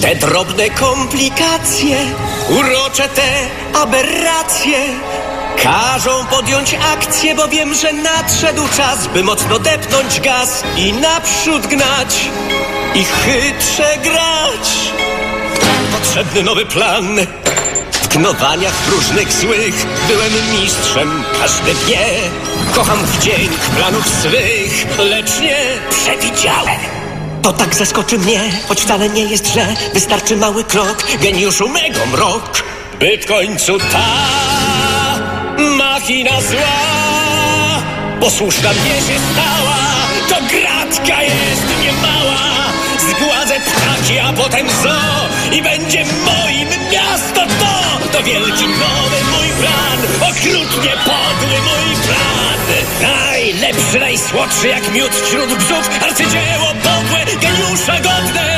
Te drobne komplikacje, urocze te aberracje każą podjąć akcję, bo wiem, że nadszedł czas, by mocno depnąć gaz i naprzód gnać i chytrze grać. Potrzebny nowy plan w knowaniach różnych złych. Byłem mistrzem, każdy wie. Kocham wdzięk planów swych, lecz nie przewidziałem. To tak zaskoczy mnie, choć wcale nie jest źle. Wystarczy mały krok, geniuszu mego mrok, by w końcu ta machina zła posłuszna mnie się stała. To gratka jest niemała. Zgładzę ptaki, a potem zoo i będzie moim miasto to. To wielki nowy mój plan, okrutnie podły mój plan. Najlepszy, najsłodszy jak miód wśród bzów, arcydzieło podłe, geniusza godne